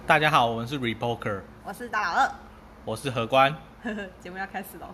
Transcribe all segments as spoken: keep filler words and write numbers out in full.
大家好，我们是 Repoker， 我是大老二， 我是何官。 节目要开始喽。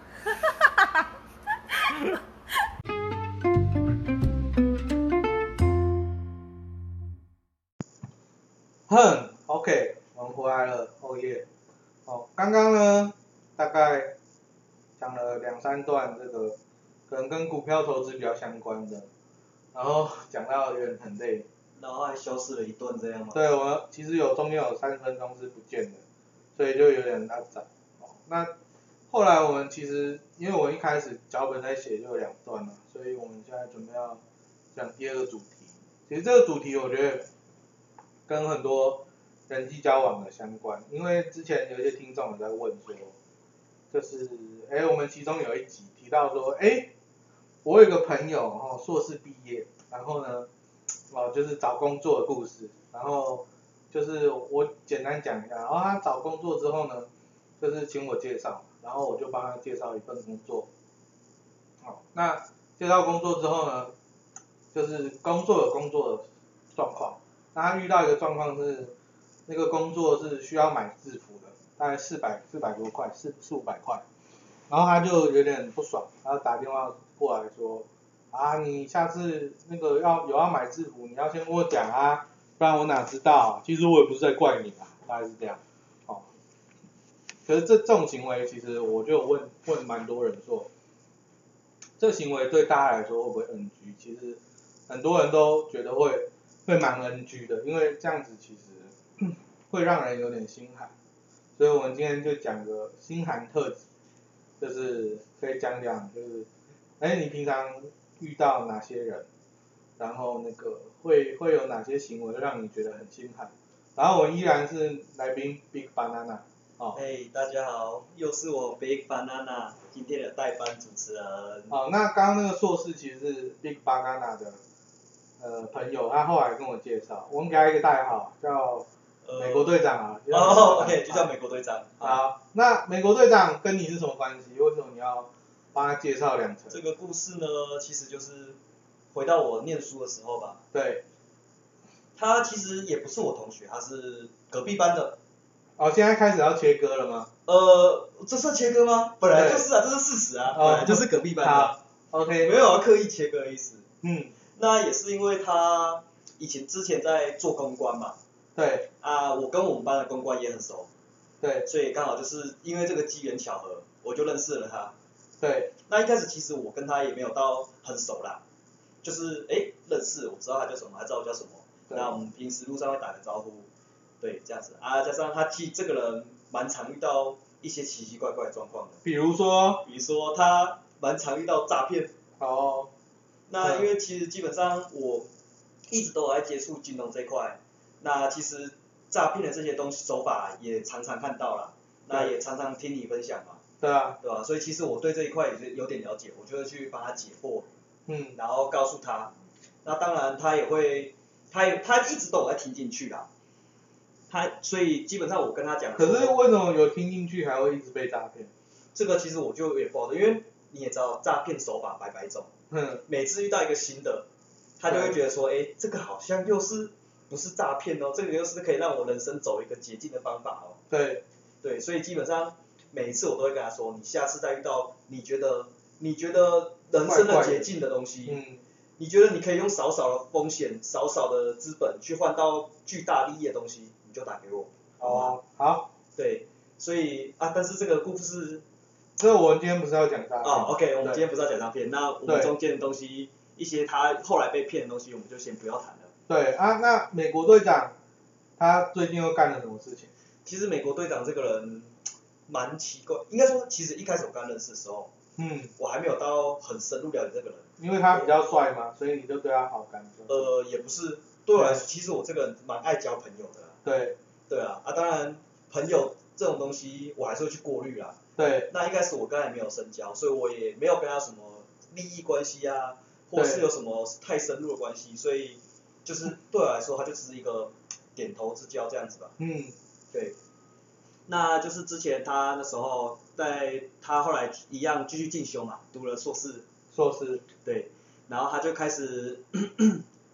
哼 ，OK， 我们回来了，哦耶。哦，刚刚呢，大概讲了两三段这个可能跟股票投资比较相关的，然后讲到有点很累。 然后还消失了一段这样吗？ 对，我其实有中间有三分钟是不见的，所以就有点拉杂。哦，那后来我们其实因为我一开始脚本在写就有两段了，所以我们现在准备要讲第二个主题。其实这个主题我觉得跟很多人际交往的相关，因为之前有一些听众有在问说，就是哎我们其中有一集提到说，哎我有一个朋友哦硕士毕业，然后呢哦就是找工作的故事，然后就是我简单讲一下，然后他找工作之后呢，就是请我介绍，然后我就帮他介绍一份工作。好，那介绍工作之后呢，就是工作有工作的状况，那他遇到一个状况是，那个工作是需要买制服的，大概四百四百多块，四四五百块，然后他就有点不爽，他打电话过来说，啊你下次那个要有要买制服，你要先跟我讲啊，不然我哪知道啊？其实我也不是在怪你啊，大概是这样。哦，可是这这种行为，其实我就问问蛮多人说，这个行为对大家来说会不会 N G？ 其实很多人都觉得会会蛮 N G 的，因为这样子其实会让人有点心寒。所以我们今天就讲个心寒特辑，就是可以讲讲，就是哎你平常遇到哪些人，然后那个会会有哪些行为让你觉得很心寒。然后我依然是来宾 Big Banana。哦， 哎、hey, 大家好，又是我 Big Banana 今天的代班主持人。 哦，那刚刚那个硕士其实是 Big Banana 的呃朋友，他后来跟我介绍，我们给他一个代号叫美国队长啊。 哦、呃 ，OK， 就叫美国队长。 好，那美国队长跟你是什么关系？为什么你要帮他介绍两层？ 这个故事呢，其实就是回到我念书的时候吧。 对。 他其实也不是我同学，他是隔壁班的。 哦，现在开始要切割了吗？ 呃，这算切割吗？本来就是啊，这是事实啊， 哦、 本来就是隔壁班的。 好 ，OK。 没有要刻意切割的意思。 嗯。 那也是因为他以前之前在做公关嘛。 对。 啊，我跟我们班的公关也很熟。 对。 所以刚好就是因为这个机缘巧合，我就认识了他。 对。 那一开始其实我跟他也没有到很熟啦，就是哎认识，我知道他叫什么，他知道我叫什么。那我们平时路上会打个招呼，对，这样子啊，加上他其实这个人蛮常遇到一些奇奇怪怪的状况的。 比如说。 比如说他蛮常遇到诈骗。 哦。 那因为其实基本上我一直都有在接触金融这一块，那其实诈骗的这些东西手法也常常看到啦，那也常常听你分享嘛。 对啊。 对吧？所以其实我对这一块也是有点了解，我就会去帮他解惑。 嗯。 然后告诉他，那当然他也会，他也他一直都有在听进去啦。他所以基本上我跟他讲。 可是为什么有听进去还会一直被诈骗？ 这个其实我就有点不好的，因为你也知道诈骗手法百百种。 嗯。 每次遇到一个新的，他就会觉得说，哎，这个好像又是不是诈骗哦，这个又是可以让我人生走一个捷径的方法哦。 对。 对，所以基本上每一次我都会跟他说，你下次再遇到你觉得你觉得人生的捷径的东西， 怪怪嗯， 你觉得你可以用少少的风险、少少的资本去换到巨大利益的东西，你就打给我。 哦，好。 对，所以啊，但是这个故事， 这我们今天不是要讲诈骗。 哦 ，OK， 我们今天不是要讲诈骗，那我们中间的东西，一些他后来被骗的东西，我们就先不要谈了。 对啊，那美国队长他最近又干了什么事情？ 其实美国队长这个人蛮奇怪，应该说，其实一开始我刚认识的时候， 嗯， 我还没有到很深入了解这个人。 因为他比较帅嘛，所以你就对他好感。 呃，也不是，对我来说，其实我这个人蛮爱交朋友的啦。 对。 对啊，啊，当然朋友这种东西，我还是会去过滤啦。 对。 那一开始我跟他也没有深交，所以我也没有跟他什么利益关系啊，或是有什么太深入的关系，所以就是对我来说，他就只是一个点头之交这样子吧。 嗯。对。 那就是之前他那时候在他后来一样继续进修嘛，读了硕士。 硕士。 对，然后他就开始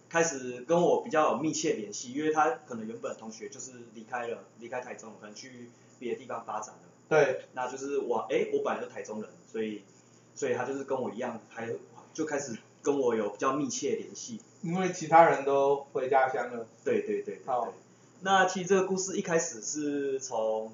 开始跟我比较有密切联系，因为他可能原本同学就是离开了，离开台中，可能去别的地方发展了。 对。 那就是我，哎，我本来是台中人，所以所以他就是跟我一样，还就开始跟我有比较密切联系。 因为其他人都回家乡了。 对对对对对。 好。 那其实这个故事一开始是从，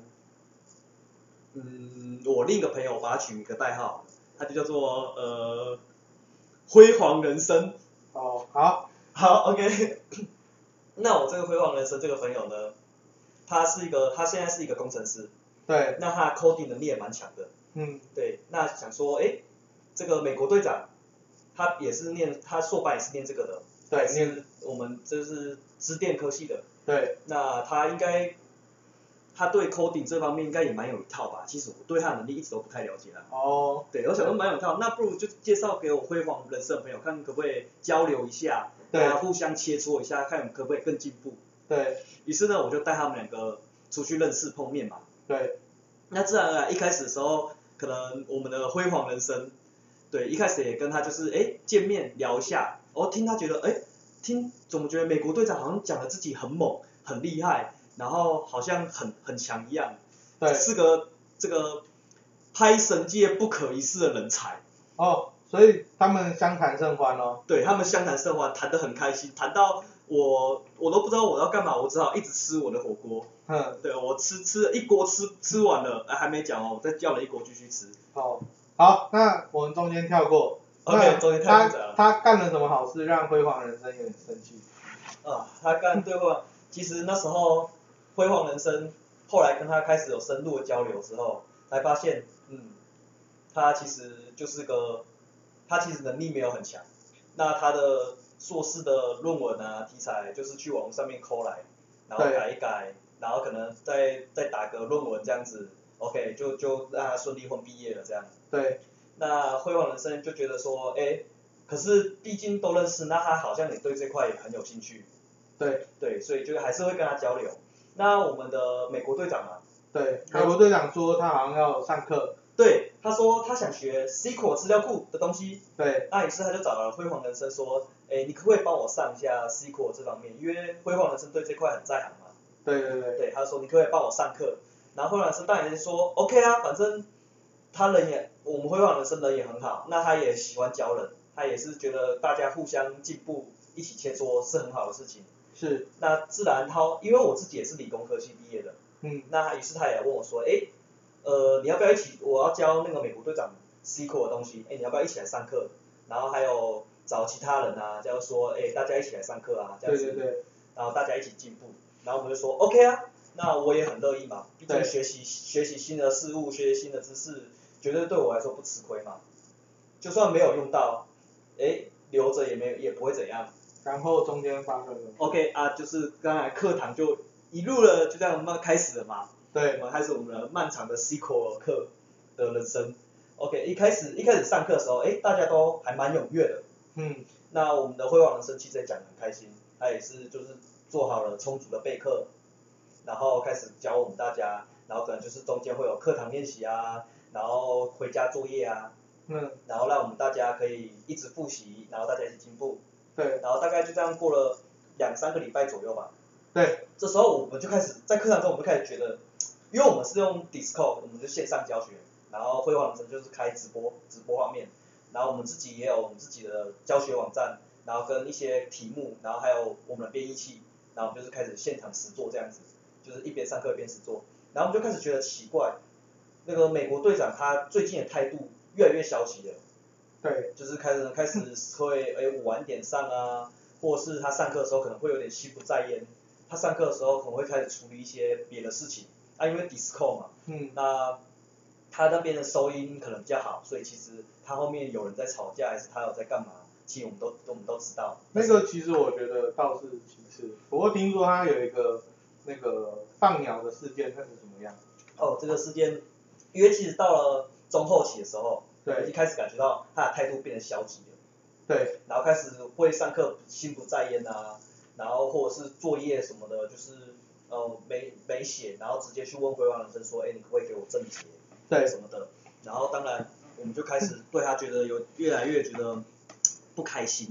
嗯，我另一个朋友把他取一个代号，他就叫做呃辉煌人生。 哦，好。 好 ，OK 。那我这个辉煌人生这个朋友呢，他是一个，他现在是一个工程师。 对。 那他 coding 能力也蛮强的。 嗯。 对，那想说，哎，这个美国队长，他也是念，他硕班也是念这个的。 对。 是我们这是资电科系的。 对。 那他应该，他对 coding 这方面应该也蛮有一套吧？其实我对他的能力一直都不太了解啦。 哦。 对，我想说蛮有一套，那不如就介绍给我辉煌人生的朋友，看可不可以交流一下， 对， 互相切磋一下，看可不可以更进步。 对。 于是呢，我就带他们两个出去认识碰面嘛。 对。 那自然而然一开始的时候，可能我们的辉煌人生，对，一开始也跟他就是哎见面聊一下，哦听他觉得哎。听，怎么觉得美国队长好像讲了自己很猛、很厉害，然后好像很很强一样， 对， 是个这个拍神界不可一世的人才。 哦，所以他们相谈甚欢哦。 对，他们相谈甚欢，谈得很开心，谈到我我都不知道我要干嘛，我只好一直吃我的火锅。 嗯。 对，我吃吃一锅吃吃完了，哎还没讲哦，我再叫了一锅继续吃。 好，好，那我们中间跳过。 OK， 中间太复杂了。 他他干了什么好事让辉煌人生有点生气？ 啊，他干对话，其实那时候辉煌人生，后来跟他开始有深入的交流之后，才发现，嗯，他其实就是个，他其实能力没有很强。那他的硕士的论文啊题材，就是去网络上面抠来，然后改一改，然后可能再再打个论文这样子 ，OK， 就就让他顺利混毕业了这样。 对。 那辉煌人生就觉得说，哎，可是毕竟都认识，那他好像也对这块也很有兴趣。 对。 对，所以就还是会跟他交流。那我们的美国队长啊。 对，美国队长说他好像要上课。 对，他说他想学 S Q L 资料库的东西。 对。 那于是他就找了辉煌人生说，哎，你可不可以帮我上一下 S Q L 这方面？因为辉煌人生对这块很在行嘛。 对对对。 对，他说你可不可以帮我上课？然后辉煌人生当然就说 OK 啊，反正他人也，我们辉煌人生人也很好，那他也喜欢教人，他也是觉得大家互相进步，一起切磋是很好的事情。 是。 那自然他，因为我自己也是理工科系毕业的。 嗯。 那于是他也问我说，哎，呃，你要不要一起？我要教那个美国队长 S Q L 的东西，哎，你要不要一起来上课？然后还有找其他人啊，就说，哎，大家一起来上课啊，这样子。 对对对。 然后大家一起进步，然后我们就说 OK 啊，那我也很乐意嘛，毕竟学习学习新的事物，学习新的知识，绝对对我来说不吃亏嘛。就算没有用到，哎，留着也没也不会怎样。 然后中间发生了。 OK 啊，就是刚才课堂就一路了，就这样慢开始了嘛。 对。 我们开始我们的漫长的 S Q L 课的人生。OK， 一开始一开始上课的时候，哎，大家都还蛮踊跃的。 嗯。 那我们的辉煌人生其实也讲得很开心，他也是就是做好了充足的备课，然后开始教我们大家，然后可能就是中间会有课堂练习啊，然后回家作业啊。 嗯。 然后让我们大家可以一直复习，然后大家一起进步。 对。 然后大概就这样过了两三个礼拜左右吧。 对。 这时候我们就开始在课堂中，我们就开始觉得，因为我们是用 Discord， 我们就线上教学，然后辉煌人生就是开直播直播画面，然后我们自己也有我们自己的教学网站，然后跟一些题目，然后还有我们的编译器，然后我们就是开始现场实作这样子，就是一边上课一边实作，然后我们就开始觉得奇怪，那个美国队长他最近的态度越来越消极了。 对。 就是开始开始会哎晚点上啊，或者是他上课的时候可能会有点心不在焉，他上课的时候可能会开始处理一些别的事情，啊因为 Discord 嘛， 嗯， 那他那边的收音可能比较好，所以其实他后面有人在吵架，还是他有在干嘛，其实我们都我们都知道。 那个其实我觉得倒是其次，不过听说他有一个那个放鸟的事件，那是怎么样？ 哦，这个事件，因为其实到了中后期的时候， 对， 一开始感觉到他的态度变得消极了。 对。 然后开始会上课心不在焉啊，然后或者是作业什么的，就是呃没没写，然后直接去问辉煌人生说，哎，你可不可以给我正解？ 对。 什么的，然后当然我们就开始对他觉得有越来越觉得不开心啦。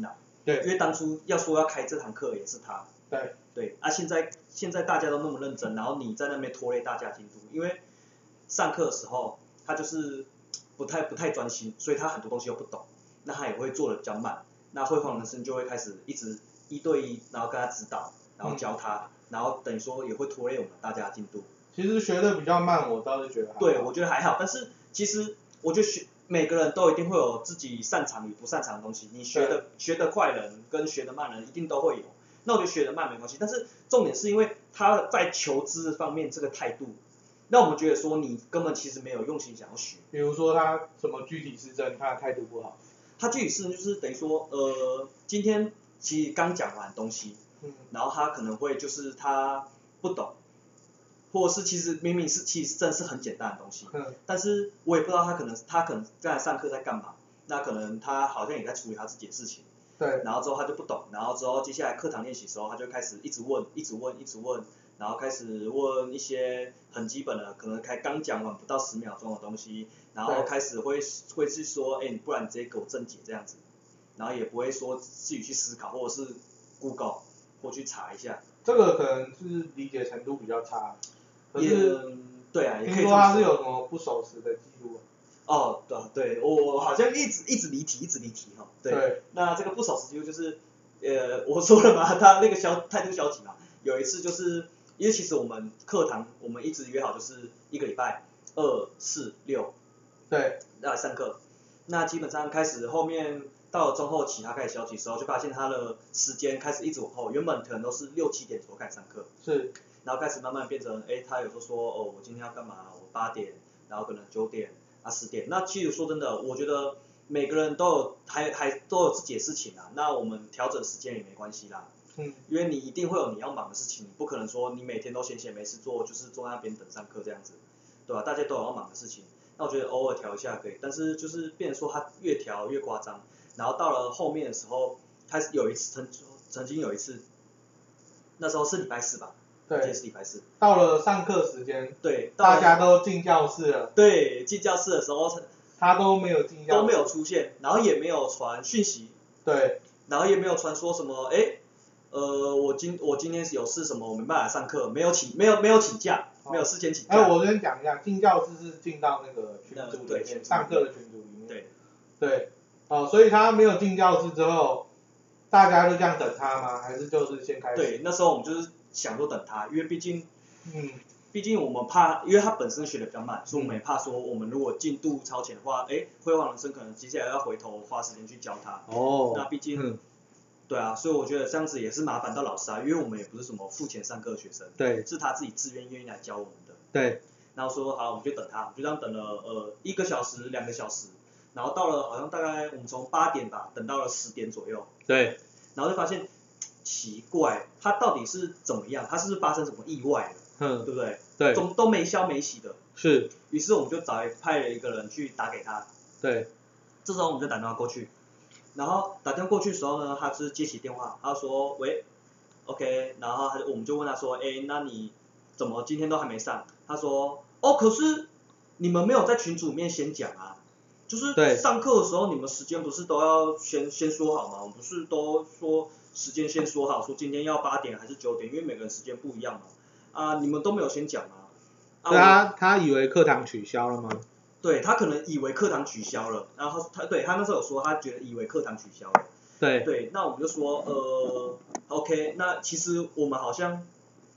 对， 因为当初要说要开这堂课也是他。 对。 对，啊，现在现在大家都那么认真，然后你在那边拖累大家进度，因为上课的时候他就是不太不太专心，所以他很多东西又不懂，那他也会做的比较慢，那辉煌人生就会开始一直一对一，然后跟他指导，然后教他，嗯、然后等于说也会拖累我们大家的进度。 其实学的比较慢，我倒是觉得还好。 对，我觉得还好，但是其实我觉得学每个人都一定会有自己擅长与不擅长的东西，你学的学得快人跟学得慢人一定都会有。那我觉得学得慢没关系，但是重点是因为他在求知方面这个态度，那我们觉得说你根本其实没有用心想要学。 比如说他什么具体事证，他的态度不好。 他具体事证就是等于说，呃，今天其实刚讲完东西，嗯，然后他可能会就是他不懂，或者是其实明明是其实真的是很简单的东西，嗯，但是我也不知道他可能他可能在上课在干嘛，那可能他好像也在处理他自己的事情。 对， 然后之后他就不懂，然后之后接下来课堂练习的时候，他就开始一直问，一直问，一直问，然后开始问一些很基本的，可能才刚讲完不到十秒钟的东西，然后开始会会是说，哎，不然你直接给我正解这样子，然后也不会说自己去思考，或者是 Google 或去查一下。 这个可能是理解程度比较差，可是对啊，也可以听说他是有什么不守时的记录。 哦，对对，我我好像一直一直离题，一直离题哈。对， 对那这个不守时记录就是，呃，我说了嘛，他那个消态度消极嘛。有一次就是，因为其实我们课堂我们一直约好就是一个礼拜二四六， 对， 来上课。那基本上开始后面到了中后期，他开始消极的时候，就发现他的时间开始一直往后，原本可能都是六七点左右开始上课， 是， 然后开始慢慢变成，哎，他有时候说，哦，我今天要干嘛？我八点，然后可能九点。啊，十点。那其实说真的，我觉得每个人都有还还都有自己的事情啊。那我们调整时间也没关系啦。嗯。因为你一定会有你要忙的事情，你不可能说你每天都闲闲没事做，就是坐在那边等上课这样子，对吧？大家都有要忙的事情。那我觉得偶尔调一下可以，但是就是变成说他越调越夸张，然后到了后面的时候，他有一次曾曾经有一次，那时候是礼拜四吧。 对， 是礼拜四。 到了上课时间， 对， 大家都进教室了。 对，进教室的时候， 他都没有进教室， 都没有出现，然后也没有传讯息。 对， 然后也没有传说什么，哎，呃，我今我今天有事什么，我没办法上课，没有请没有没有请假，哦、没有事前请假。 哎，我先讲一下，进教室是进到那个群组里面，上课的群组里面。 对。 对，哦，所以他没有进教室之后，大家就这样等他吗？还是就是先开始？ 对，那时候我们就是。想说等他，因为毕竟， 嗯， 毕竟我们怕，因为他本身学的比较慢，所以我们也怕说，我们如果进度超前的话，哎，辉煌人生可能接下来要回头花时间去教他。 哦。 那毕竟，嗯、对啊，所以我觉得这样子也是麻烦到老师啊，因为我们也不是什么付钱上课的学生， 对， 是他自己自愿愿意来教我们的。 对。 然后说好，我们就等他，就这样等了呃一个小时、两个小时，然后到了好像大概我们从八点吧，等到了十点左右。 对。 然后就发现。奇怪，他到底是怎么样？他是不是发生什么意外了？嗯，对不对？ 对， 都都没消没息的。 是。 于是我们就找派了一个人去打给他。 对。 这时候我们就打电话过去，然后打电话过去的时候呢，他是接起电话，他说喂 ，OK， 然后他我们就问他说，哎，那你怎么今天都还没上？他说，哦，可是你们没有在群组里面先讲啊。就是上课的时候，你们时间不是都要先先说好吗？我们不是都说时间先说好，说今天要八点还是九点，因为每个人时间不一样嘛。啊，你们都没有先讲吗？ 啊、他他以为课堂取消了吗？ 对，他可能以为课堂取消了，然后他对他那时候有说，他觉得以为课堂取消了。 对。 对，那我们就说呃 ，OK， 那其实我们好像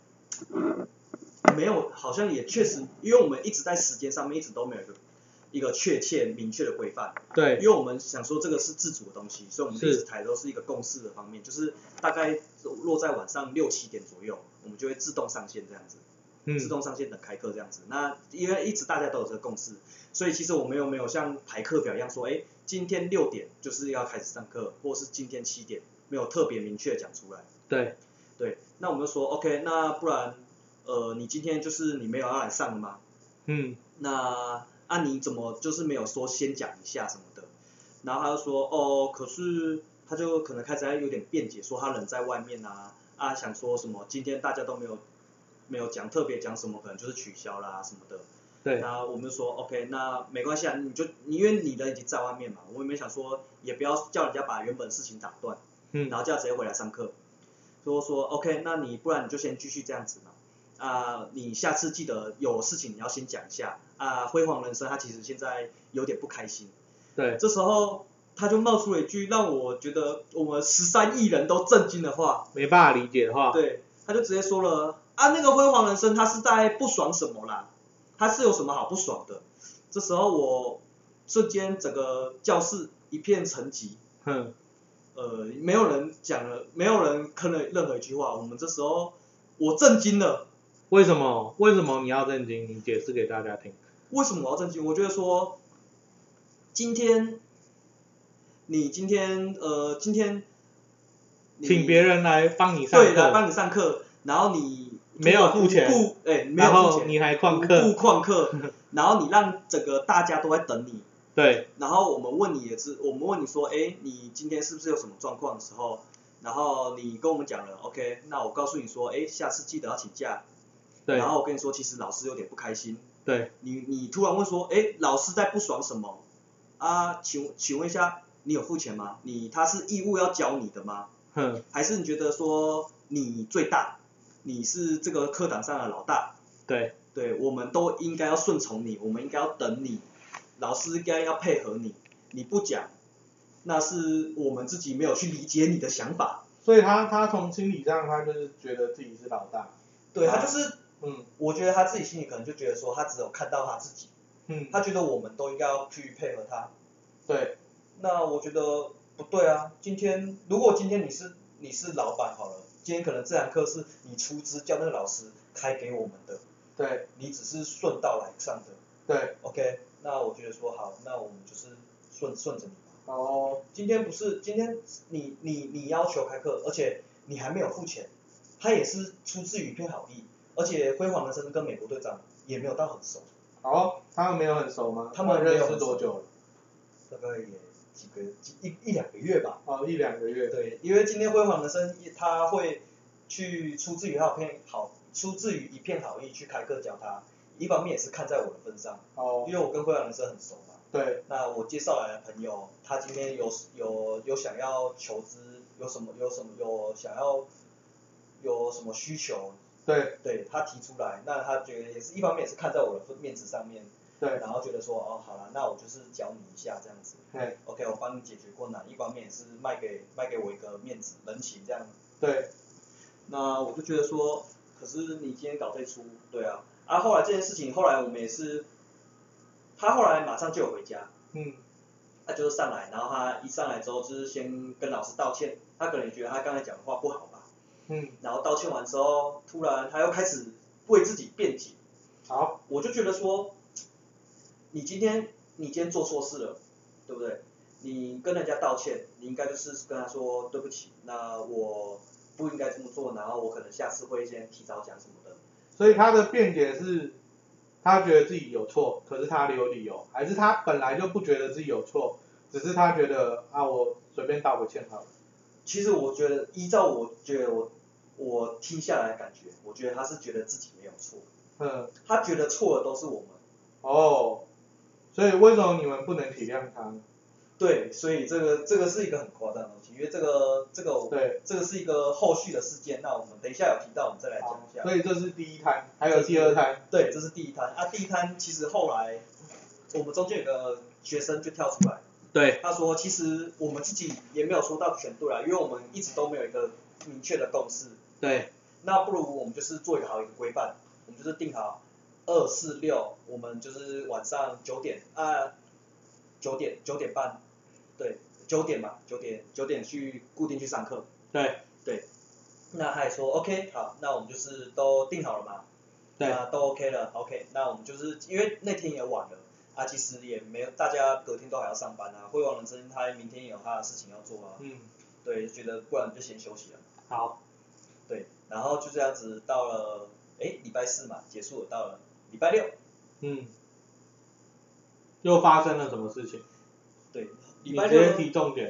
没有，好像也确实，因为我们一直在时间上面一直都没有一个。一个确切明确的规范， 对， 因为我们想说这个是自主的东西，所以我们一直台都是一个共识的方面，就是大概落在晚上六七点左右，我们就会自动上线这样子，嗯、自动上线等开课这样子。那因为一直大家都有这个共识，所以其实我们又没有像排课表一样说，哎，今天六点就是要开始上课，或是今天七点，没有特别明确讲出来。 对， 对，那我们就说 OK， 那不然呃，你今天就是你没有要来上了吗？嗯，那。啊，你怎么就是没有说先讲一下什么的？然后他就说，哦，可是他就可能开始有点辩解，说他人在外面啊，啊想说什么今天大家都没有没有讲特别讲什么，可能就是取消啦什么的。 对。 那我们就说 OK， 那没关系啊，你就你因为你人已经在外面嘛，我也没想说也不要叫人家把原本事情打断。 嗯， 然后叫他直接回来上课，说说 OK， 那你不然你就先继续这样子嘛。啊，你下次记得有事情你要先讲一下啊。辉煌人生他其实现在有点不开心， 对， 这时候他就冒出了一句让我觉得我们十三亿人都震惊的话， 没办法理解的话， 对，他就直接说了啊，那个辉煌人生他是在不爽什么啦，他是有什么好不爽的？这时候我瞬间整个教室一片沉寂， 哼， 呃，没有人讲了，没有人吭了任何一句话，我们这时候我震惊了。 为什么？为什么你要震惊？你解释给大家听。 为什么我要震惊？我觉得说，今天，你今天呃，今天， 请别人来帮你上课， 对，来帮你上课，然后你没有付钱， 不，哎，没有付钱， 然后你还旷课， 不旷课，然后你让整个大家都在等你， 对， 然后我们问你也是，我们问你说，哎，你今天是不是有什么状况的时候，然后你跟我们讲了 ，OK， 那我告诉你说，哎，下次记得要请假。 对， 然后我跟你说，其实老师有点不开心。 对， 你你突然问说，哎，老师在不爽什么？啊，请请问一下，你有付钱吗？你他是义务要教你的吗？ 哼， 还是你觉得说你最大，你是这个课堂上的老大？ 对， 对，我们都应该要顺从你，我们应该要等你，老师应该要配合你，你不讲，那是我们自己没有去理解你的想法。 所以他他从心理上他就是觉得自己是老大， 对他就是。 嗯， 我觉得他自己心里可能就觉得说，他只有看到他自己， 嗯， 他觉得我们都应该要去配合他。 对， 那我觉得不对啊。今天如果今天你是你是老板好了，今天可能这堂课是你出资叫那个老师开给我们的， 对， 你只是顺道来上的， 对 ，OK， 那我觉得说好，那我们就是顺顺着你嘛。 哦， 今天不是今天你你你要求开课，而且你还没有付钱，他也是出自于一片好意。而且辉煌人生跟美国队长也没有到很熟。 哦，他们没有很熟吗？ 他们认识多久了？ 大概也几个几一一两个月吧。 哦，一两个月。 对，因为今天辉煌人生他会去出自于他片好，出自于一片好意去开课教他，一方面也是看在我的份上。 哦。 因为我跟辉煌人生很熟嘛。 对。 那我介绍来的朋友，他今天有有有想要求知，有什么有什么有想要有什么需求。 对， 对他提出来，那他觉得也是一方面也是看在我的面子上面， 对， 然后觉得说哦好了，那我就是教你一下这样子， 对 ，OK， 我帮你解决困难，一方面也是卖给卖给我一个面子人情这样， 对， 那我就觉得说，可是你今天搞这出，对啊，啊后来这件事情后来我们也是，他后来马上就有回家， 嗯， 他就是上来，然后他一上来之后就是先跟老师道歉，他可能觉得他刚才讲的话不好吧。 嗯， 然后道歉完之后，突然他又开始为自己辩解。 好， 我就觉得说，你今天你今天做错事了，对不对？你跟人家道歉，你应该就是跟他说对不起，那我不应该这么做，然后我可能下次会先提早讲什么的。 所以他的辩解是，他觉得自己有错，可是他有理由，还是他本来就不觉得自己有错，只是他觉得啊我随便道个歉好了。 其实我觉得，依照我觉得我我听下来的感觉，我觉得他是觉得自己没有错， 嗯， 他觉得错的都是我们。 哦，所以为什么你们不能体谅他呢？ 对，所以这个这个是一个很夸张的东西，因为这个这个对， 这个是一个后续的事件，那我们等一下有提到，我们再来讲一下。 所以这是第一摊，还有第二摊。 对，这是第一摊啊，第一摊其实后来我们中间有个学生就跳出来。 对， 他说其实我们自己也没有说到全对啊，因为我们一直都没有一个明确的共识。 对， 那不如我们就是做一个好一个规范，我们就是定好二四六，我们就是晚上九点啊，九点九点半，对，九点嘛，九点九点去固定去上课。 对， 对，那他也说 OK 好，那我们就是都定好了嘛， 对， 那都 OK 了 OK， 那我们就是因为那天也晚了。啊，其实也没有，大家隔天都还要上班啊。辉煌人生他明天也有他的事情要做啊。 嗯。 对，就觉得不然就先休息了。 好。 对，然后就这样子到了，哎，礼拜四嘛，结束了，到了礼拜六。 嗯。又发生了什么事情？ 对，礼拜六。 你直接提重点。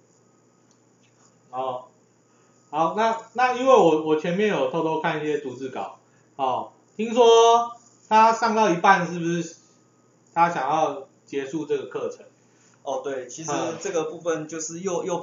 哦。好，那那因为我我前面有偷偷看一些逐字稿，哦，听说他上到一半是不是？他想要结束这个课程。 哦，对，其实这个部分就是又又发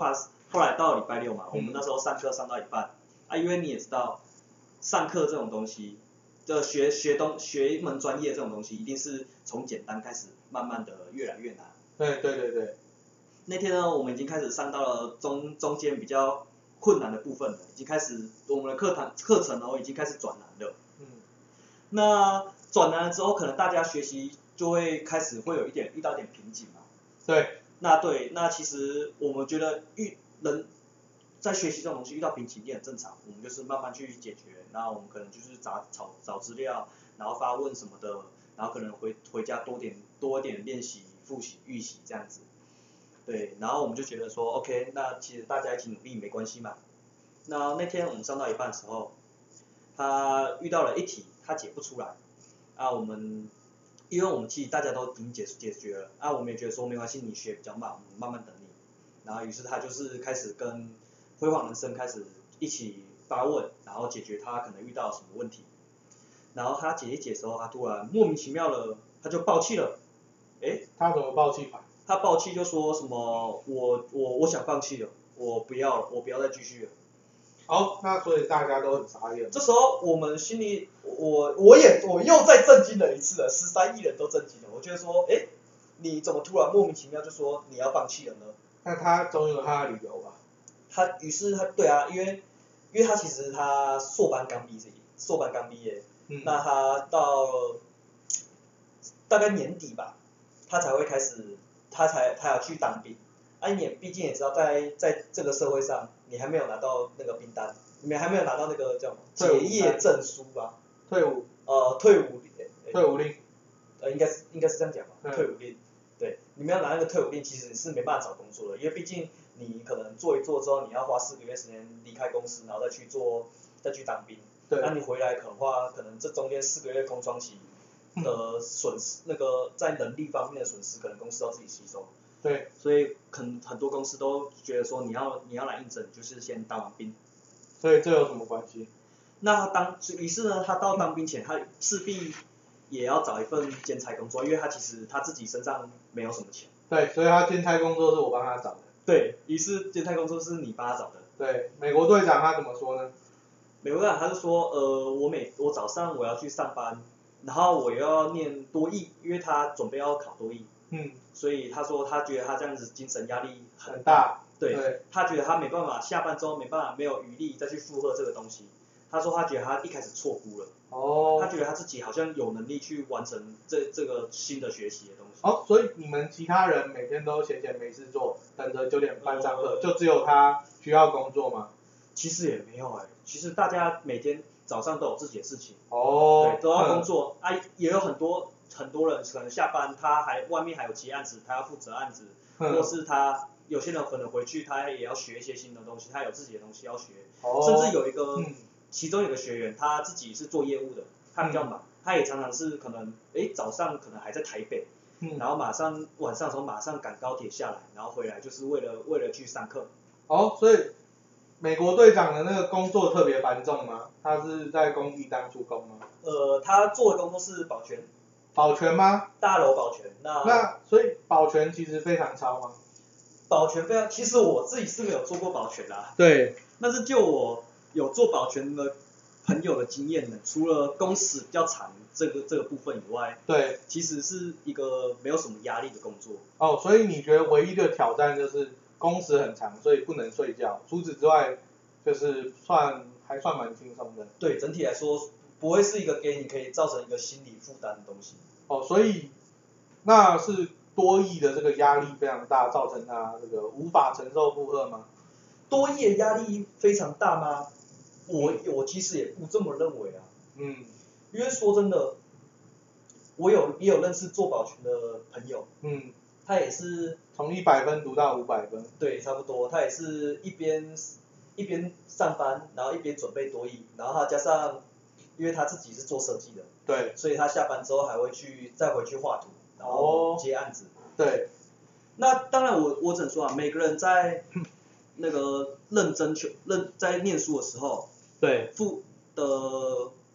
后来到礼拜六嘛，我们那时候上课上到一半，啊，因为你也知道，上课这种东西，就学学东学一门专业这种东西，一定是从简单开始，慢慢的越来越难。 对对对对。 那天呢，我们已经开始上到了中中间比较困难的部分了，已经开始我们的课堂课程哦已经开始转难了。 嗯。 那转难了之后，可能大家学习就会开始会有一点遇到一点瓶颈嘛。 对。 那对，那其实我们觉得遇人在学习这种东西遇到瓶颈也很正常，我们就是慢慢去解决。那我们可能就是找找找资料，然后发问什么的，然后可能回回家多点多一点练习、复习、预习这样子。对，然后我们就觉得说 ，OK， 那其实大家一起努力没关系嘛。那那天我们上到一半的时候，他遇到了一题，他解不出来，啊，我们因为我们其实大家都已经解解决了，啊，我们也觉得说没关系，你学比较慢，我们慢慢等你。然后于是他就是开始跟辉煌人生开始一起发问，然后解决他可能遇到什么问题。然后他解一解的时候，他突然莫名其妙的他就爆气了，诶， 他怎么爆气法？ 他爆气就说什么我我我想放弃了，我不要了，我不要再继续了。 好，那所以大家都很傻眼。 这时候我们心里，我我也我又再震惊了一次了，十三亿人都震惊了。我觉得说，哎，你怎么突然莫名其妙就说你要放弃了呢？ 那他总有他的理由吧？ 他于是他对啊，因为因为他其实他硕班刚毕业，硕班刚毕业， 嗯、 那他到大概年底吧，他才会开始。他才他要去当兵，啊你也毕竟也知道在在这个社会上，你还没有拿到那个兵单，你还没有拿到那个叫什么结业证书吧？ 退伍。 呃，退伍。 退伍令。 呃，应该是应该是这样讲吧， 嗯、 退伍令。对，你们要拿那个退伍令，其实是没办法找工作的，因为毕竟你可能做一做之后，你要花四个月时间离开公司，然后再去做再去当兵。 对。 那你回来可能话，可能这中间四个月空窗期。的损失，那个在能力方面的损失，可能公司要自己吸收。 对。 所以可能很多公司都觉得说，你要你要来应征，就是先当完兵。 所以这有什么关系？ 那他当，于是呢，他到当兵前，他势必也要找一份兼差工作，因为他其实他自己身上没有什么钱。 对，所以他兼差工作是我帮他找的。 对，于是兼差工作是你帮他找的。 对，美国队长他怎么说呢？ 美国队长他就说，呃，我每我早上我要去上班。然后我又要念多益，因为他准备要考多益， 嗯， 所以他说他觉得他这样子精神压力很大， 对， 对他觉得他没办法下班之后没办法没有余力再去负荷这个东西，他说他觉得他一开始错估了， 哦， 他觉得他自己好像有能力去完成这这个新的学习的东西。 哦，所以你们其他人每天都闲闲没事做，等着九点半上课，呃、就只有他需要工作吗？ 其实也没有哎、欸，其实大家每天早上都有自己的事情， 哦， 对，都要工作，嗯、啊，也有很多很多人可能下班他还外面还有接案子，他要负责案子，嗯、或是他有些人可能回去他也要学一些新的东西，他有自己的东西要学，哦、甚至有一个、嗯、其中有个学员他自己是做业务的，他比较忙，嗯、他也常常是可能哎早上可能还在台北，嗯、然后马上晚上的时候马上赶高铁下来，然后回来就是为了为了去上课。 哦，所以。美国队长的那个工作特别繁重吗？他是在工地当助工吗？ 呃，他做的工作是保全。 保全吗？ 大楼保全。那那所以保全其实非常超吗？ 保全非常，其实我自己是没有做过保全啦。 对。 但是就我有做保全的朋友的经验呢，除了工时比较长这个这个部分以外， 对， 其实是一个没有什么压力的工作。 哦，所以你觉得唯一的挑战就是工时很长，所以不能睡觉。除此之外，就是算还算蛮轻松的。 对，整体来说不会是一个给你可以造成一个心理负担的东西。 哦，所以那是多益的这个压力非常大，造成他这个无法承受负荷吗？ 多益的压力非常大吗？我我其实也不这么认为啊。 嗯。 因为说真的，我有也有认识做保全的朋友。嗯。他也是从一百分读到五百分。 对，差不多。他也是一边一边上班，然后一边准备多益，然后他加上，因为他自己是做设计的。 对。 所以他下班之后还会去再回去画图，然后接案子。 哦、对。 那当然我我只能说啊，每个人在那个认真求认在念书的时候， 对， 付的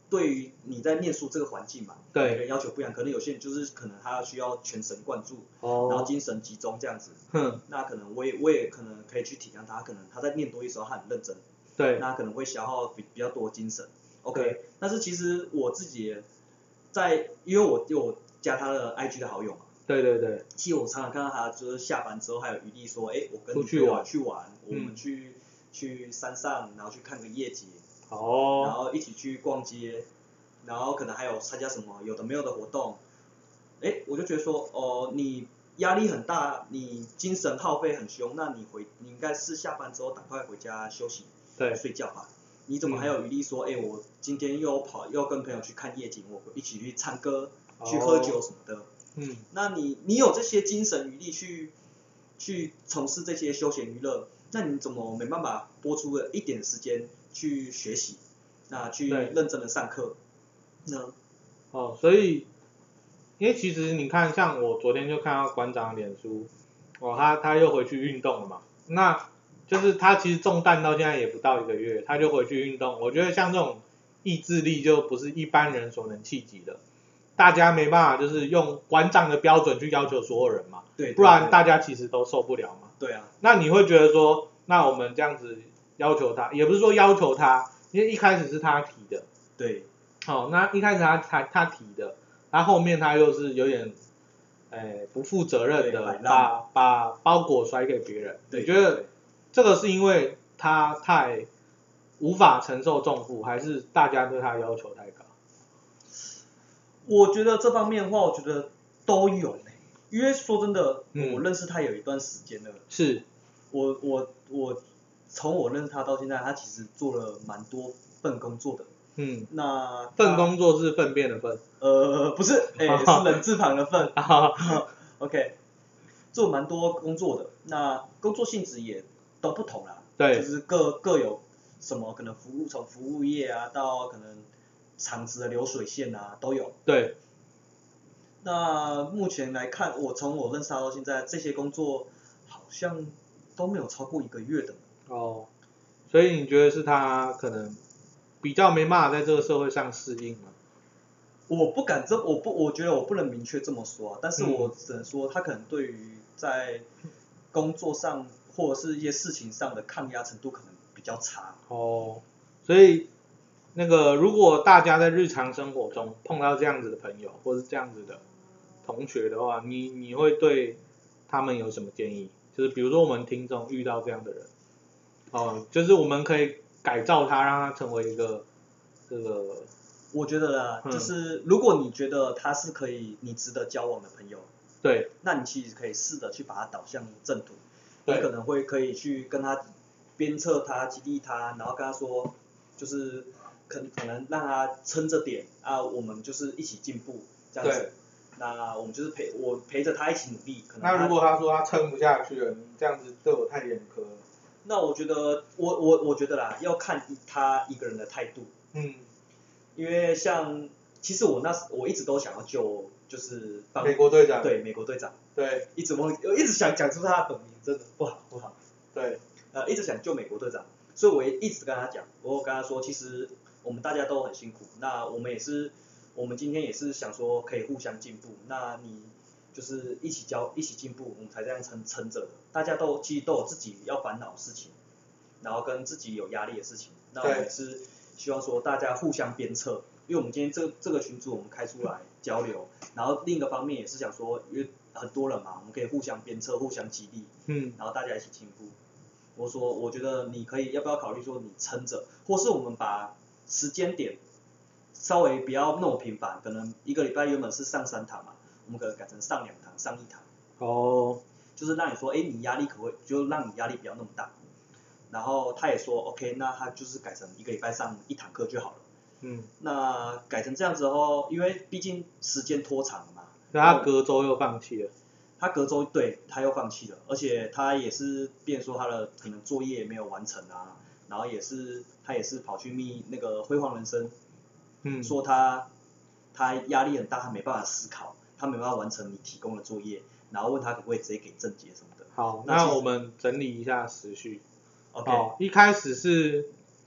对于你在念书这个环境嘛， 对每个人要求不一样，可能有些人就是可能他需要全神贯注， 哦， 然后精神集中这样子， 哼， 那可能我也我也可能可以去体谅他，可能他在念多一的时候他很认真， 对， 那可能会消耗比比较多精神对 ，OK，但是其实我自己也在，因为我有加他的 I G 的好友嘛。 对对对， 其实我常常看到他，就是下班之后还有余力说，哎，我跟你朋友出去玩去玩，我们嗯去去山上，然后去看个夜景，然哦， 后一起去逛街，然后可能还有参加什么有的没有的活动，哎，我就觉得说，哦，你压力很大，你精神耗费很凶，那你回你应该是下班之后赶快回家休息， 对， 睡觉吧。你怎么还有余力说，哎，我今天又跑又跟朋友去看夜景，我一起去唱歌，去喝酒什么的。 嗯， 那你你有这些精神余力去去从事这些休闲娱乐，那你怎么没办法拨出了一点时间去学习，那去对认真的上课呢？ 哦，所以，因为其实你看，像我昨天就看到馆长的脸书，哦，他他又回去运动了嘛，那就是他其实中弹到现在也不到一个月，他就回去运动。我觉得像这种意志力就不是一般人所能企及的，大家没办法就是用馆长的标准去要求所有人嘛， 对， 不然大家其实都受不了嘛。 对啊， 那你会觉得说，那我们这样子要求他，也不是说要求他，因为一开始是他提的， 对， 好、哦，那一开始他他他提的，他后面他又是有点，诶不负责任的把把包裹甩给别人，你觉得这个是因为他太无法承受重负，还是大家对他要求太高？ 我觉得这方面的话，我觉得都有呢。因为说真的， 嗯我认识他有一段时间了， 是， 我我我从我认识他到现在，他其实做了蛮多份工作的。 嗯， 那份工作是粪便的粪， 呃不是，哎、是人字旁的份。OK， 做蛮多工作的，那工作性质也都不同啦。 对， 就是各各有什么可能服务从服务业啊到可能厂子的流水线啊都有。 对， 那目前来看，我从我认识他到现在，这些工作好像都没有超过一个月的。 哦，所以你觉得是他可能比较没办法在这个社会上适应吗？ 我不敢这，我不，我觉得我不能明确这么说、啊，但是我嗯只能说，他可能对于在工作上或者是一些事情上的抗压程度可能比较差。 哦，所以那个如果大家在日常生活中碰到这样子的朋友或是这样子的同学的话，你你会对他们有什么建议？就是比如说我们听众遇到这样的人，哦，就是我们可以改造他，让他成为一个这个， 我觉得啦， 嗯就是如果你觉得他是可以你值得交往的朋友， 对那你其实可以试着去把他导向正途。 对你可能会可以去跟他鞭策他、激励他，然后跟他说，就是可可能让他撑着点啊，我们就是一起进步这样子对。 那我们就是陪我陪着他一起努力。可能他那如果他说他撑不下去了，你这样子对我太严苛了。 那我觉得我我我觉得啦，要看他一个人的态度。 嗯， 因为像其实我那时我一直都想要救，就是帮美国队长。 对美国队长， 对一直忘一直想讲出他的本名，真的不好不好。 对， 呃，一直想救美国队长，所以我也一直跟他讲，我跟他说，其实我们大家都很辛苦，那我们也是，我们今天也是想说可以互相进步，那你就是一起教一起进步，我们才这样撑撑着的。大家都其实都有自己要烦恼的事情，然后跟自己有压力的事情，那我们也是希望说大家互相鞭策，因为我们今天这这个群组我们开出来交流，然后另一个方面也是想说，因为很多人嘛，我们可以互相鞭策、互相激励， 嗯， 然后大家一起进步。我说，我觉得你可以要不要考虑说你撑着，或是我们把时间点稍微不要那么频繁，可能一个礼拜原本是上三堂嘛，我们可能改成上两堂、上一堂。 哦， 就是让你说，哎，你压力可不可以，就让你压力不要那么大。然后他也说 ，OK， 那他就是改成一个礼拜上一堂课就好了。 嗯， 那改成这样子后，因为毕竟时间拖长了嘛， 所以他隔周又放弃了。 他隔周对他又放弃了，而且他也是变说他的可能作业没有完成啊，然后也是他也是跑去密那个辉煌人生， 嗯， 说他他压力很大，他没办法思考，他没办法完成你提供的作业，然后问他可不可以直接给正解什么的。 好， 那那我们整理一下时序。 OK， 哦，一开始是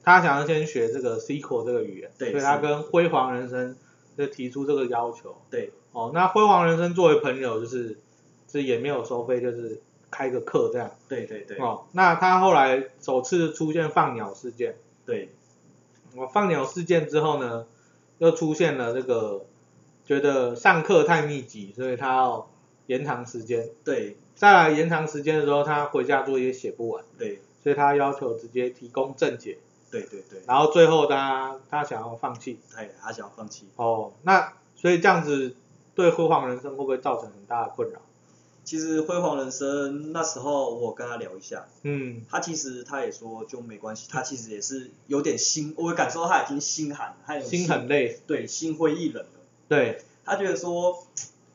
他想要先学这个 S Q L 这个语言， 对， 所以他跟辉煌人生就提出这个要求。 对， 哦，那辉煌人生作为朋友，就是是也没有收费，就是开个课这样。 对对对。 哦，那他后来首次出现放鸟事件。 对。 我放鸟事件之后呢，又出现了这个觉得上课太密集，所以他要延长时间。 对。 再来延长时间的时候，他回家作业写不完。 对。 所以他要求直接提供正解。 对对对。 然后最后他他想要放弃。 对，他想要放弃。 哦，那所以这样子对辉煌人生会不会造成很大的困扰？ 其实辉煌人生那时候我跟他聊一下， 嗯， 他其实他也说就没关系，他其实也是有点心，我感受到他已经心寒了，他有心很累， 对，心灰意冷了。 对， 他觉得说，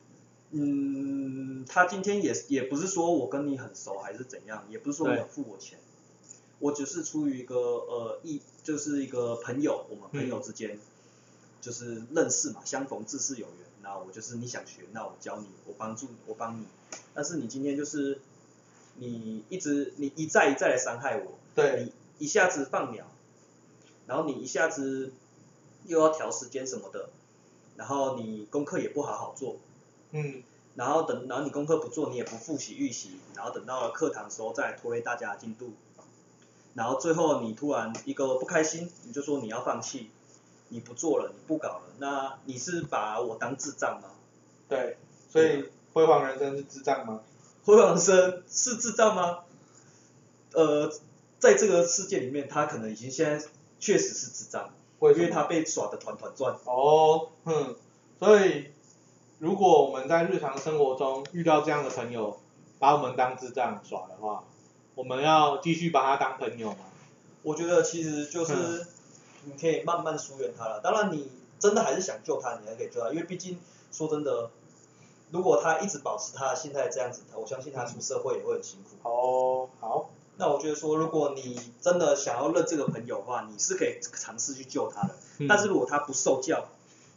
嗯，他今天也也不是说我跟你很熟还是怎样，也不是说你有付我钱，我只是出于一个呃意，就是一个朋友，我们朋友之间、嗯、就是认识嘛，相逢自是有缘。那我就是你想学，那我教你，我帮助我帮你。但是你今天就是你一直你一再一再的伤害我， 对， 你一下子放鸟，然后你一下子又要调时间什么的，然后你功课也不好好做， 嗯， 然后等然后你功课不做，你也不复习预习，然后等到了课堂的时候再来拖累大家的进度，然后最后你突然一个不开心，你就说你要放弃。你不做了，你不搞了，那你是把我当智障吗？ 对，所以辉煌人生是智障吗？ 辉煌人生是智障吗？呃，在这个世界里面，他可能已经现在确实是智障，因为他被耍得团团转。 哦，嗯，所以如果我们在日常生活中遇到这样的朋友，把我们当智障耍的话，我们要继续把他当朋友吗？ 我觉得其实就是。嗯你可以慢慢疏远他了，当然你真的还是想救他，你还可以救他，因为毕竟说真的，如果他一直保持他现在这样子，我相信他出社会也会很辛苦。 哦，好。 那我觉得说，如果你真的想要认这个朋友的话，你是可以尝试去救他的，嗯、但是如果他不受教，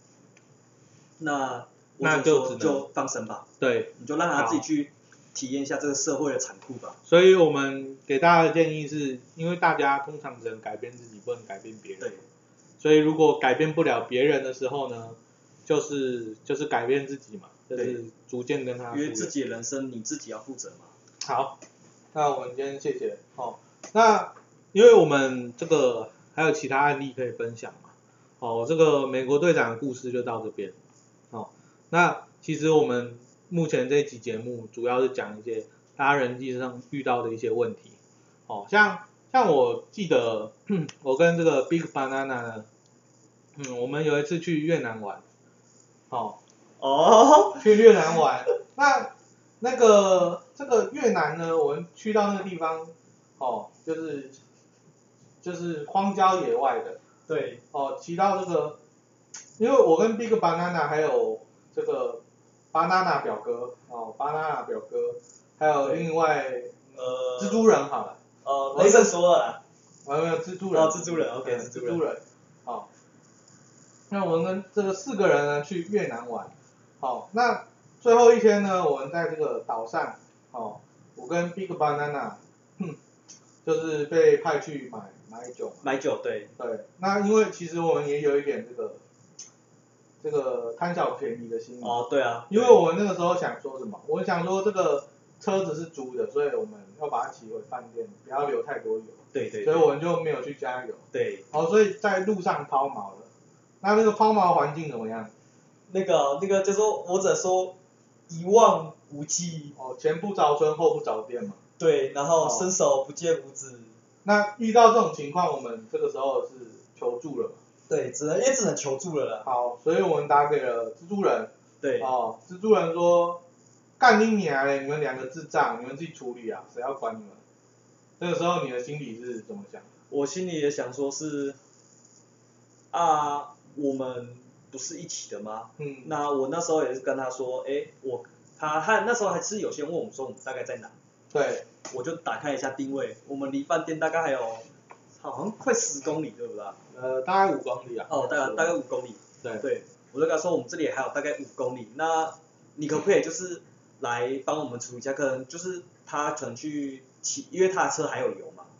那那就就放生吧， 对， 你就让他自己去体验一下这个社会的残酷吧。 所以我们给大家的建议是，因为大家通常只能改变自己，不能改变别人。 对。 所以如果改变不了别人的时候呢，就是就是改变自己嘛，就是逐渐跟他。 因为自己的人生你自己要负责嘛。 好，那我们今天谢谢哦。那因为我们这个还有其他案例可以分享嘛，哦，这个美国队长的故事就到这边。哦，那其实我们目前这一期节目主要是讲一些大家人际上遇到的一些问题，哦，像像我记得我跟这个 Big Banana 呢，嗯，我们有一次去越南玩，哦， 哦， 去越南玩，那那个这个越南呢，我们去到那个地方，哦，就是就是荒郊野外的， 对， 哦，骑到这个，因为我跟 Big Banana 还有这个 Banana 表哥，哦 ，Banana 表哥，还有另外呃蜘蛛人好了， 呃，雷神说了啦， 没有没有蜘蛛人， 哦，蜘蛛人 ，OK， 蜘蛛人，好，那我们跟这个四个人呢去越南玩，好，那最后一天呢，我们在这个岛上，哦，我跟 Big Banana，哼，就是被派去买买酒， 买酒，对， 对，那因为其实我们也有一点这个这个贪小便宜的心理， 哦，对啊， 因为我们那个时候想说什么，我想说这个车子是租的，所以我们要把它骑回饭店，不要流太多油， 对 对, 对， 所以我们就没有去加油， 对， 哦，所以在路上抛锚了，那那个抛锚环境怎么样？ 那个那个就说我只能说一望无际， 哦，前不着村后不着店嘛， 对，然后伸手不见五指。 那遇到这种情况，我们这个时候是求助了嘛？ 对，只能也只能求助了啦。 好，所以我们打给了蜘蛛人。 对。 哦，蜘蛛人说：“干你娘嘞！你们两个智障，你们自己处理啊，谁要管你们？”这个时候你的心里是怎么想？ 我心里也想说是，啊，我们不是一起的吗？ 嗯。那我那时候也是跟他说，哎，我他他那时候还是有些问我们说我们大概在哪。 对。 我就打开一下定位，我们离饭店大概还有，好像快十公里，对不对？ 呃，大概五公里啊。 哦，大概大概五公里。 对。 对，我就跟他说我们这里还有大概五公里，那你可不可以就是来帮我们处理一下？可能就是他可能去骑，因为他的车还有油嘛。 嗯。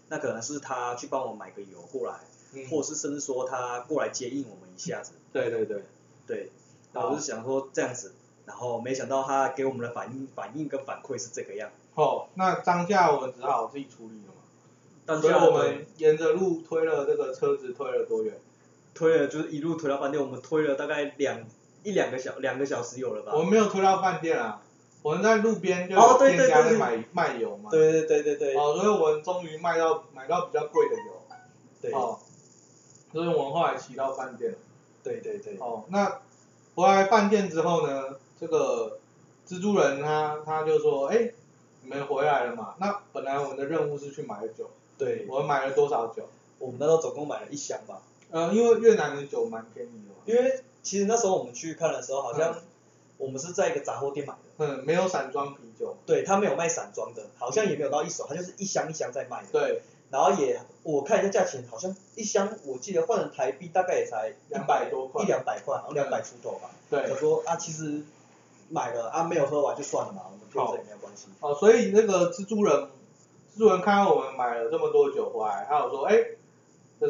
那可能是他去帮我买个油过来， 嗯或者是甚至说他过来接应我们一下子。 对对对， 对，那我就想说这样子，然后没想到他给我们的反应反应跟反馈是这个样。 哦，那当下我们只好自己处理了嘛。所以当下我们沿着路推了这个车子推了多远？ 推了就是一路推到饭店，我们推了大概两一两个小两个小时有了吧？ 我们没有推到饭店啊，我们在路边就有哦对对店家在对买卖油嘛。 对对对对对。 哦，所以我们终于卖到买到比较贵的油。 对。 哦，所以我们后来骑到饭店了。 对对对。 哦，那回来饭店之后呢，这个蜘蛛人他他就说，哎，你们回来了嘛？那本来我们的任务是去买酒。 对。 我们买了多少酒？ 我们那时候总共买了一箱吧。 呃，因为越南的酒蛮便宜的嘛。 因为其实那时候我们去看的时候，好像我们是在一个杂货店买的。 嗯，没有散装啤酒。 对，他没有卖散装的，好像也没有到一手，他就是一箱一箱在卖的。 对。 然后也我看一下价钱，好像一箱我记得换成台币大概也才两百多块， 一两百块，好像两百出头吧。 对。 他说啊，其实买了啊，没有喝完就算了嘛，我们丢着也没有关系。 哦，所以那个蜘蛛人，蜘蛛人看到我们买了这么多酒回来，他有说，哎，就是。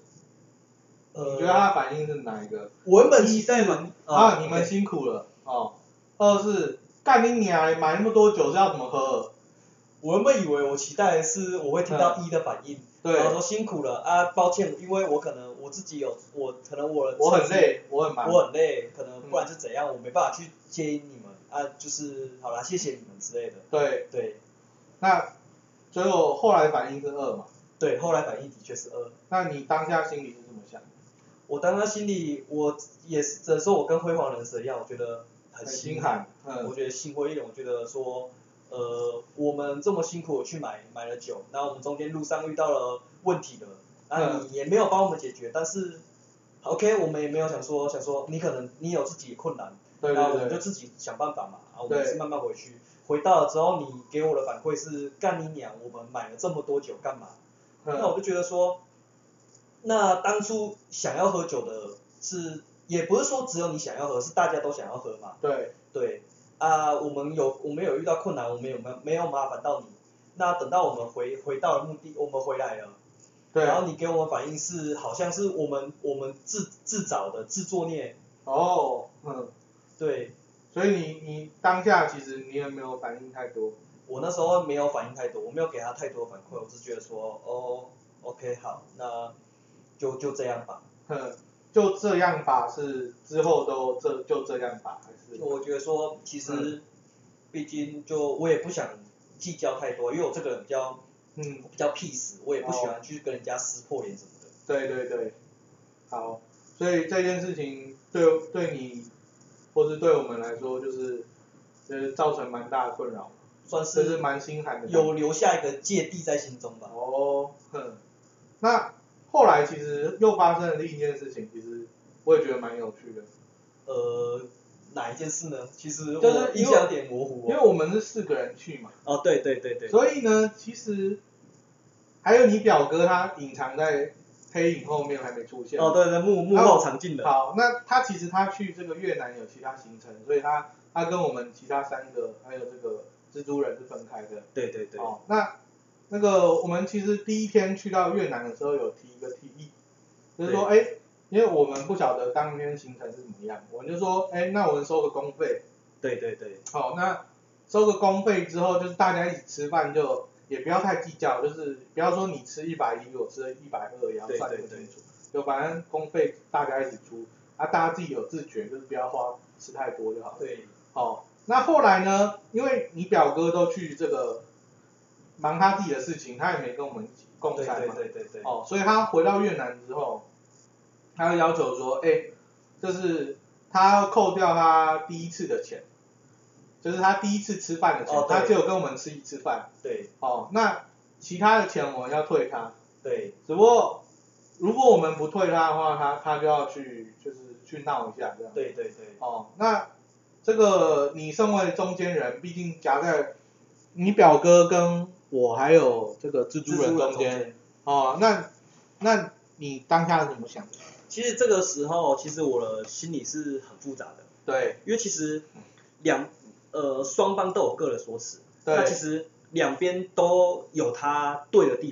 你觉得他反应是哪一个？ 我原本期待嘛， 啊，你们辛苦了哦。二是干你娘，买那么多酒是要怎么喝？ 我原本以为我期待的是我会听到一的反应， 对， 然后说辛苦了啊，抱歉，因为我可能我自己有我可能我我很累，我很忙， 我很累，可能不然是怎样，我没办法去接应你们啊，就是好啦，谢谢你们之类的。 对对。 那所以我后来反应是二嘛？ 对，后来反应的确是二。 那你当下心里是怎么想？ 我当时心里，我也是只能说我跟辉煌人生一样，我觉得很心寒，嗯， 我觉得心灰意冷，我觉得说，呃，我们这么辛苦去买买了酒，然后我们中间路上遇到了问题了，那你也没有帮我们解决，但是 ，OK， 我们也没有想说想说你可能你有自己的困难， 对对对， 然后我们就自己想办法嘛，啊，我们是慢慢回去，回到了之后，你给我的反馈是干你娘，我们买了这么多酒干嘛？ 嗯、 那我就觉得说。那当初想要喝酒的是，也不是说只有你想要喝，是大家都想要喝嘛。 对。 对。啊，我们有我们有遇到困难，我们有没没有麻烦到你？那等到我们回回到了目的，我们回来了。 对。 然后你给我们反应是，好像是我们我们自自找的自作孽。 哦，嗯。对。所以你你当下其实你也没有反应太多。 我那时候没有反应太多，我没有给他太多反馈，我只觉得说，哦 ，OK 好，那。就就这样吧。 哼，就这样吧，是之后都这就这样吧，还是？ 我觉得说，其实，毕竟就我也不想计较太多，因为我这个人比较，嗯，比较 peace， 我也不喜欢去跟人家撕破脸什么的。 对对对。好，所以这件事情对对你，或是对我们来说，就是就是造成蛮大的困扰， 算是就是蛮心寒的。 有留下一个芥蒂在心中吧。 哦，哼，那。后来其实又发生了另一件事情，其实我也觉得蛮有趣的。 呃，哪一件事呢？其实就是印象有点模糊、哦。 因为我们是四个人去嘛。 哦，对对对对。 所以呢，其实还有你表哥他隐藏在黑影后面还没出现。 哦，对对，幕幕后常进的。 好，那他其实他去这个越南有其他行程，所以他他跟我们其他三个还有这个蜘蛛人是分开的。 对对对。 哦，那。那个我们其实第一天去到越南的时候有提一个提议，就是说，哎，因为我们不晓得当天行程是怎么样，我们就说，哎，那我们收个公费。 对对对。 好，那收个公费之后，就是大家一起吃饭就也不要太计较，就是不要说你吃一百一，我吃一百二，也要算得清楚。对对对，就反正公费大家一起出，啊，大家自己有自觉，就是不要花吃太多就好了。 对。 好，那后来呢，因为你表哥都去这个。忙他自己的事情，他也没跟我们一起共餐嘛。 对对对对对。 哦，所以他回到越南之后，他要求说，哎，就是他要扣掉他第一次的钱，就是他第一次吃饭的钱， 哦、 他只有跟我们吃一次饭。 对。 哦，那其他的钱我们要退他。 对。 只不过如果我们不退他的话，他他就要去就是去闹一下这样。 对对对。 哦，那这个你身为中间人，毕竟夹在。你表哥跟我还有这个蜘蛛人中间，哦，那那你当下是怎么想的？ 其实这个时候，其实我的心里是很复杂的。 对。 因为其实两呃双方都有各的说辞，那其实两边都有他对的地方。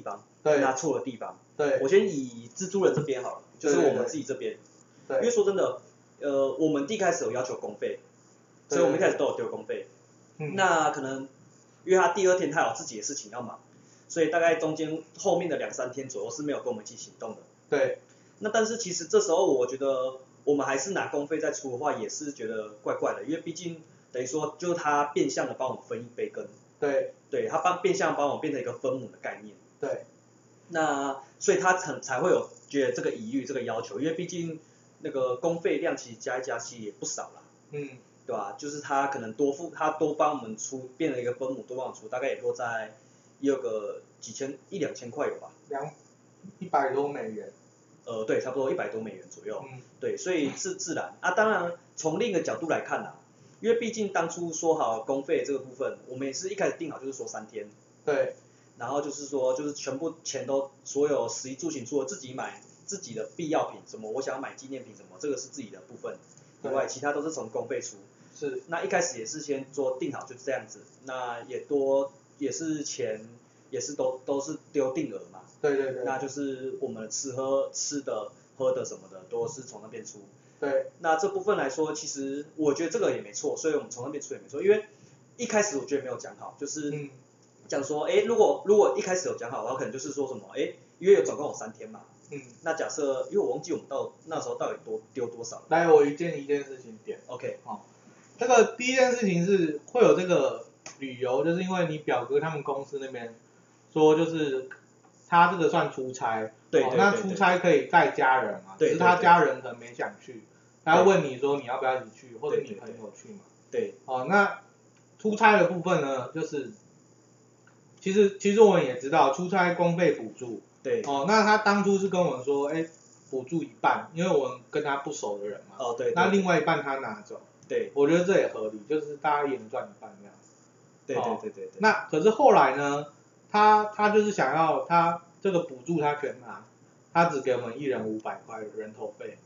对， 那错的地方。 对， 我先以蜘蛛人这边好了，就是我们自己这边。 对， 因为说真的，呃，我们一开始有要求公费，所以我们一开始都有丢公费。 嗯、 那可能因为他第二天他有自己的事情要忙，所以大概中间后面的两三天左右是没有跟我们一起行动的。 对。 那但是其实这时候我觉得我们还是拿公费再出的话，也是觉得怪怪的，因为毕竟等于说就是他变相的帮我们分一杯羹。 对。 对，他帮变相帮我变成一个分母的概念。 对。 那所以他才才会有觉得这个疑虑这个要求，因为毕竟那个公费量其实加一加其实也不少啦。 嗯。 对吧、啊？就是他可能多付，他多帮我们出，变了一个分母，多帮我们出，大概也落在也有个几千一两千块有吧？ 两一百多美元。 呃，对，差不多一百多美元左右。 嗯。 对，所以是自然啊。当然，从另一个角度来看啊，因为毕竟当初说好公费这个部分，我们也是一开始定好就是说三天。 对。 然后就是说，就是全部钱都所有食衣住行，除了自己买自己的必要品，什么我想要买纪念品什么，这个是自己的部分以外，其他都是从公费出。 是。 那一开始也是先做定好就这样子，那也多也是钱也是都都是丢定额嘛。 对对对。 那就是我们吃喝吃的喝的什么的都是从那边出。 对。 那这部分来说，其实我觉得这个也没错，所以我们从那边出也没错，因为一开始我觉得没有讲好，就是讲说，哎、嗯，如果如果一开始有讲好的话，可能就是说什么，哎，因为有总共有三天嘛。嗯。那假设，因为我忘记我们到那时候到底多丢多少了。 来，我一件一件事情点。 OK。 好。这个第一件事情是会有这个旅游，就是因为你表哥他们公司那边说，就是他这个算出差， 对对对对， 那出差可以带家人嘛，只是他家人可能没想去，他问你说你要不要一起去，或者你朋友去嘛。 对。 哦，那出差的部分呢，就是其实其实我们也知道出差公费补助， 对。 哦，那他当初是跟我们说，哎，补助一半，因为我们跟他不熟的人嘛。 哦，对。 那另外一半他拿走。 对， 我觉得这也合理，就是大家一人赚一半这样。 对对对对对。 那可是后来呢，他他就是想要他这个补助他全拿，他只给我们一人五百块人头费。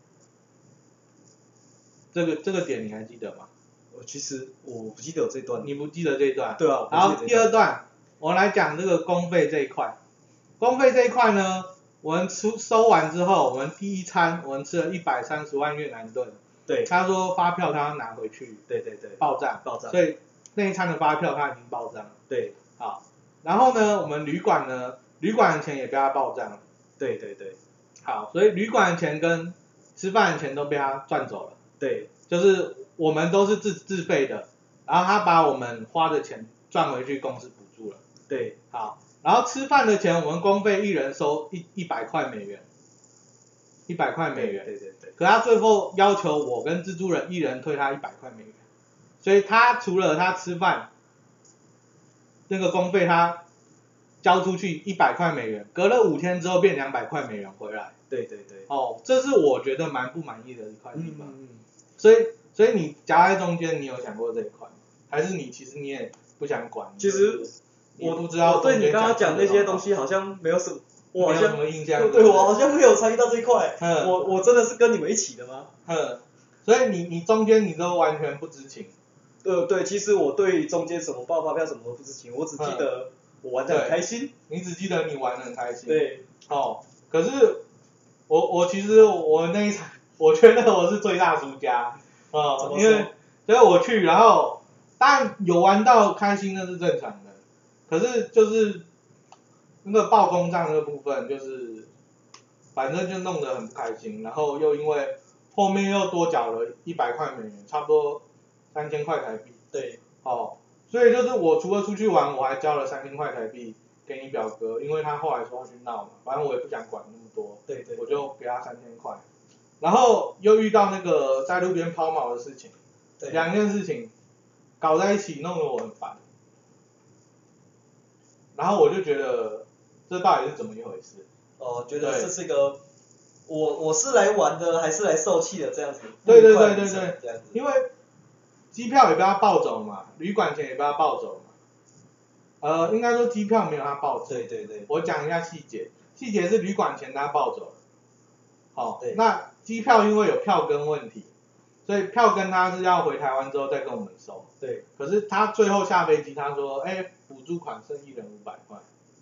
这个这个点你还记得吗？ 我其实我不记得有这段。 你不记得这一段？ 对啊。 然后第二段，我来讲这个公费这一块。公费这一块呢，我们出收完之后，我们第一餐我们吃了一百三十万越南盾。 对， 他说发票他要拿回去， 对对对， 报账， 报账， 所以那一餐的发票他已经报账了。 对， 好，然后呢，我们旅馆呢，旅馆的钱也被他报账了。 对对对， 好，所以旅馆的钱跟吃饭的钱都被他赚走了。 对， 就是我们都是自自费的，然后他把我们花的钱赚回去公司补助了。 对， 好，然后吃饭的钱我们公费一人收一一百块美元。一百块美元， 对对对。 可他最后要求我跟蜘蛛人一人退他一百块美元，所以他除了他吃饭那个公费他交出去一百块美元，隔了五天之后变两百块美元回来。 对对对。 哦，这是我觉得蛮不满意的一块地方。 嗯嗯。 所以所以你夹在中间，你有想过这一块吗？还是你其实你也不想管？ 其实我不知道。 我对你刚刚讲那些东西好像没有什么。我好像没有什么印象， 对, 对我好像没有参与到这一块。 嗯， 我我真的是跟你们一起的吗？ 嗯，所以你你中间你都完全不知情。 对对，其实我对中间什么报发票什么都不知情，我只记得我玩得很开心。 你只记得你玩得很开心。 对。 哦，可是我我其实我那一场，我觉得我是最大输家。哦、嗯，因为所以我去，然后当然有玩到开心那是正常的，可是就是。那个报公账那个部分，就是反正就弄得很不开心，然后又因为后面又多缴了一百块美元，差不多三千块台币。 对。 哦，所以就是我除了出去玩，我还交了三千块台币给你表哥，因为他后来说要去闹嘛，反正我也不想管那么多。 对 对, 对。 我就给他三千块，然后又遇到那个在路边抛锚的事情，两件事情搞在一起，弄得我很烦。然后我就觉得。这到底是怎么一回事？ 哦，觉得这是个，我我是来玩的，还是来受气的这样子？ 对对对对对，这样子。因为机票也被他抱走嘛，旅馆钱也被他抱走嘛。呃，应该说机票没有他抱走。 对对对。 我讲一下细节，细节是旅馆钱他抱走了。好、 哦， 那机票因为有票根问题，所以票根他是要回台湾之后再跟我们收。 对。 可是他最后下飞机他说，哎，补助款剩一人五百块。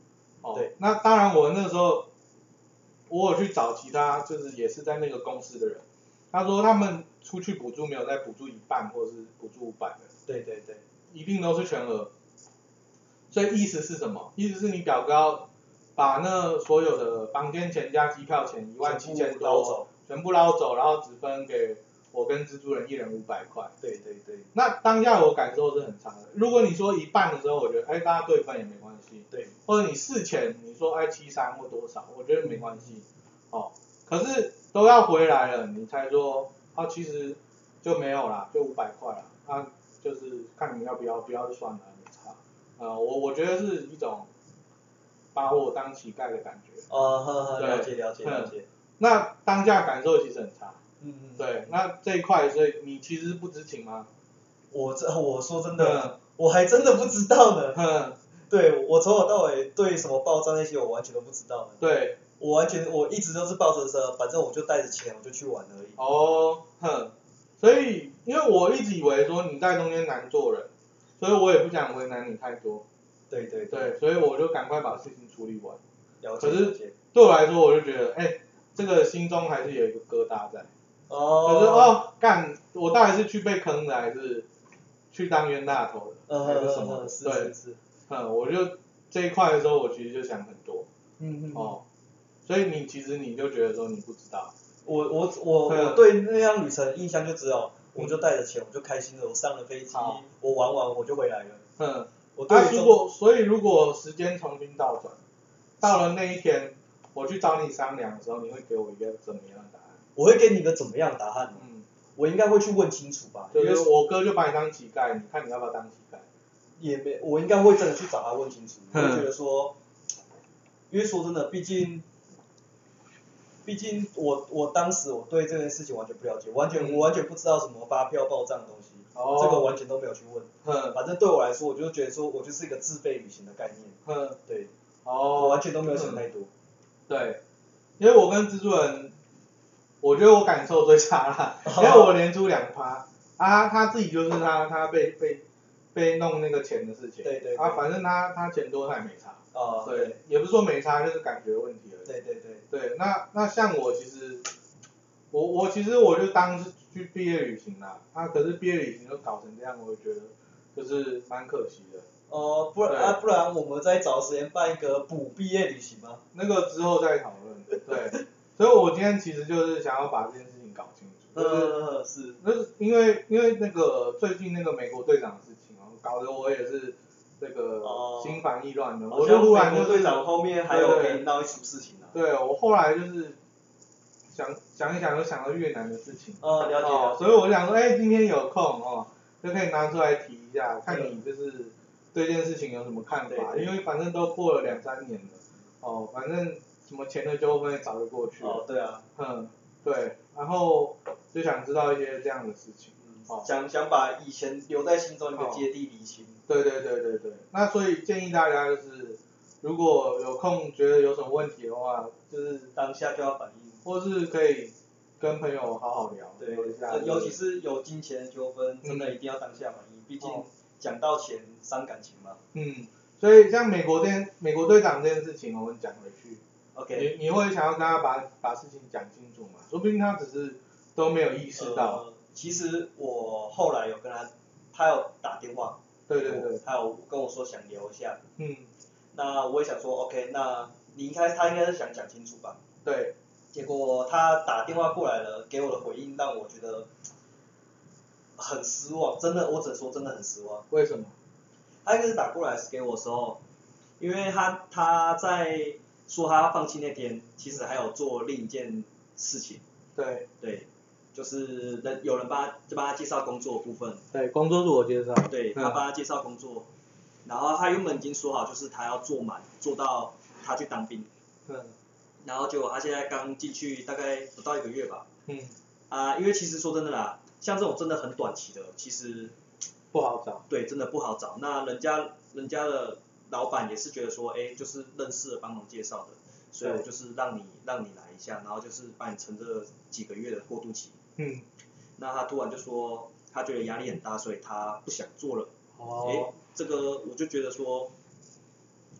哦， 对， 那当然我那个时候我有去找其他就是也是在那个公司的人，他说他们出去补助没有再补助一半或者是补助五百的， 对对对， 一定都是全额。所以意思是什么？意思是你表哥要把那所有的房间钱加机票钱一万七千多全部捞走，然后只分给我跟蜘蛛人一人五百块。 对对对。 那当下我感受是很差的。如果你说一半的时候，我觉得哎大家对分也没关系。 对。 或者你事前你说哎七三或多少，我觉得没关系。哦，可是都要回来了，你才说啊其实就没有啦，就五百块啦。啊就是看你要不要，不要就算了，没差。呃，我我觉得是一种把我当乞丐的感觉。 哦，呵呵，了解了解了解。 那当下感受其实很差。 嗯嗯。 对，那这一块，所以你其实不知情吗？ 我这我说真的，我还真的不知道呢。 嗯。 对，我从头到尾对什么报账那些我完全都不知道呢。 对。 我完全我一直都是抱着说，反正我就带着钱我就去玩而已。 哦，哼。所以，因为我一直以为说你在中间难做人，所以我也不想为难你太多。 对对对，所以我就赶快把事情处理完。 了解。 可是对我来说，我就觉得，哎，这个心中还是有一个疙瘩在。 哦。 可是哦，干，我到底是去被坑的，还是去当冤大头的， 嗯、 还是什么？ 嗯、是对， 是是。 嗯，我就这一块的时候，我其实就想很多。 嗯嗯。 哦，所以你其实你就觉得说你不知道。 我我我我对那趟旅程印象就只有，我就带着钱，我就开心了，我上了飞机，我玩完我就回来了。 嗯。 我对、 啊、如果所以如果时间重新倒转，到了那一天，我去找你商量的时候，你会给我一个怎么样的答案？ 我会给你一个怎么样的答案？嗯。我应该会去问清楚吧。 就是我哥就把你当乞丐，你看你要不要当乞丐？ 也没，我应该会真的去找他问清楚。我会觉得说，因为说真的，毕竟。毕竟我我当时我对这件事情完全不了解，完全、嗯、我完全不知道什么发票报账的东西，哦、这个完全都没有去问。嗯。反正对我来说，我就觉得说我就是一个自费旅行的概念。嗯。对。哦。我完全都没有想太多。 嗯、对，因为我跟蜘蛛人，我觉得我感受最差啦，因为我连出两趴，啊他自己就是他他被被被弄那个钱的事情。 对 对, 对。 啊反正他他钱多他也没差。 哦。 对, 对。也不是说没差，就是感觉问题而已。 对对对。 对，那那像我其实，我我其实我就当是去毕业旅行啦，啊可是毕业旅行就搞成这样，我觉得就是蛮可惜的。 哦，不然啊不然我们再找时间办一个补毕业旅行吗？ 那个之后再讨论。对，所以我今天其实就是想要把这件事情搞清楚。 就是是。 那是因为因为那个最近那个美国队长的事情哦，搞得我也是。这个心烦意乱的，哦、我就忽然就是队长后面还有给你闹一出事情啊。 对，我后来就是想想一想，就想到越南的事情。 哦，了解。 哦，所以我想说，哎，今天有空哦，就可以拿出来提一下，看你就是对这件事情有什么看法，因为反正都过了两三年了，哦，反正什么钱的纠纷也早就过去了。 哦，对啊。 嗯，对，然后就想知道一些这样的事情。 哦、想想把以前留在心中一个芥蒂厘清。 对对对对对，那所以建议大家就是，如果有空觉得有什么问题的话，就是当下就要反应， 或是可以跟朋友好好聊。 对，尤其是有金钱纠纷，真的一定要当下反应，毕竟讲到钱伤感情嘛。 嗯，所以像美国这美国队长这件事情，我们讲回去。 OK。 你你会想要跟他把把事情讲清楚嘛？说不定他只是都没有意识到。 呃、其实我后来有跟他，他有打电话。 对对对， 他有跟我说想聊一下， 嗯， 那我也想说 ，OK， 那你应该他应该是想讲清楚吧？ 对， 结果他打电话过来了，给我的回应让我觉得很失望，真的，我只能说真的很失望。 为什么？ 他一开始打过来给我的时候，因为他他在说他要放弃那天，其实还有做另一件事情。 对。 对。就是人有人帮他就帮他介绍工作的部分。 对，工作是我介绍。 对，他帮他介绍工作，嗯、然后他原本已经说好，就是他要做满，做到他去当兵。嗯。然后结果他现在刚进去大概不到一个月吧。嗯。啊、呃，因为其实说真的啦，像这种真的很短期的，其实不好找。 对，真的不好找。那人家人家的老板也是觉得说，哎，就是认识的帮忙介绍的，所以我就是让你让你来一下，然后就是帮你撑这几个月的过渡期。嗯，那他突然就说他觉得压力很大，所以他不想做了。哦，哎，这个我就觉得说，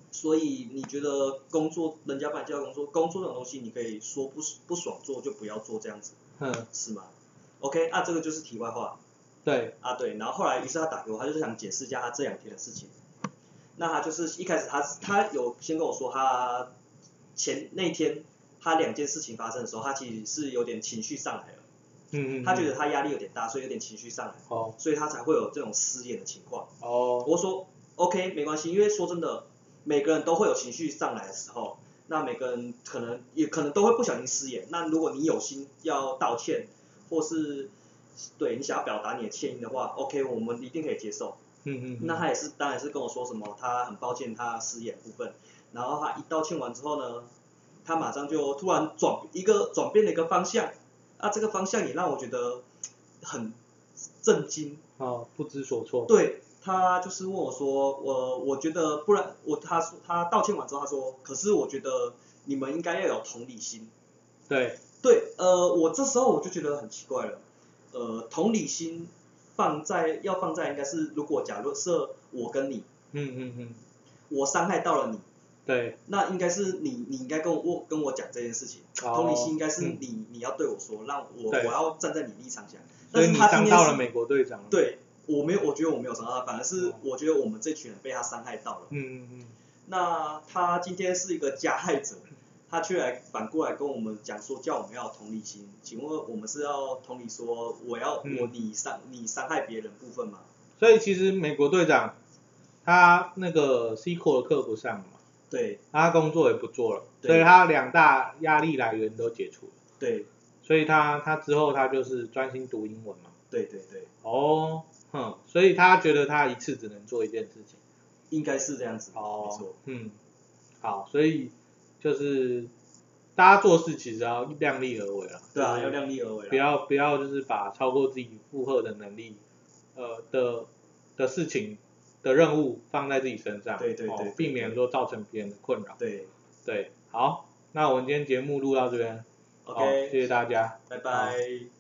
所以你觉得工作，人家把你叫工作，工作这种东西，你可以说不不爽做就不要做这样子， 嗯， 是吗 ？OK，啊，这个就是题外话。 对， 啊对，然后后来于是他打给我，他就是想解释一下他这两天的事情。那他就是一开始他他有先跟我说他前那天他两件事情发生的时候，他其实是有点情绪上来了。 嗯嗯， 他觉得他压力有点大，所以有点情绪上来， 哦， 所以他才会有这种失言的情况。 哦， 我说 OK 没关系，因为说真的，每个人都会有情绪上来的时候，那每个人可能也可能都会不小心失言。那如果你有心要道歉，或是对你想要表达你的歉意的话 ，OK 我们一定可以接受。 嗯嗯， 那他也是当然是跟我说什么，他很抱歉他失言部分，然后他一道歉完之后呢，他马上就突然转一个转变了一个方向，啊这个方向也让我觉得很震惊。 哦，不知所措。 对，他就是问我说，我我觉得不然我他说他道歉完之后他说，可是我觉得你们应该要有同理心。 对， 对，呃，我这时候我就觉得很奇怪了，呃，同理心放在要放在应该是，如果假如设我跟你， 嗯嗯嗯， 我伤害到了你， 对， 那应该是你你应该跟我跟我讲这件事情， 哦同理心应该是嗯你你要对我说，让我我对要站在你立场想， 所但是以你伤他今天是到了美国队长了。 对，我没有，我觉得我没有伤到他，反而是哦我觉得我们这群人被他伤害到了。 嗯嗯嗯， 那他今天是一个加害者，他却来反过来跟我们讲说，叫我们要有同理心。请问我们是要同理说，我要、 嗯我你伤你伤害别人部分吗？ 所以其实美国队长他那个 C 扩的课不上了嘛， 对他工作也不做了， 对所以他两大压力来源都解除了， 对所以他他之后他就是专心读英文嘛。 对对对， 哦，哼，所以他觉得他一次只能做一件事情。 应该是这样子， 哦， 没错。 嗯，好，所以就是大家做事其实要量力而为啦。 对啊， 就是要量力而为啦。 不要不要就是把超过自己负荷的能力，呃的的事情的任务放在自己身上， 对对对对哦，避免说造成别人的困扰。 对对，好，那我们今天节目录到这边，好， ，OK， 谢谢大家。 拜拜。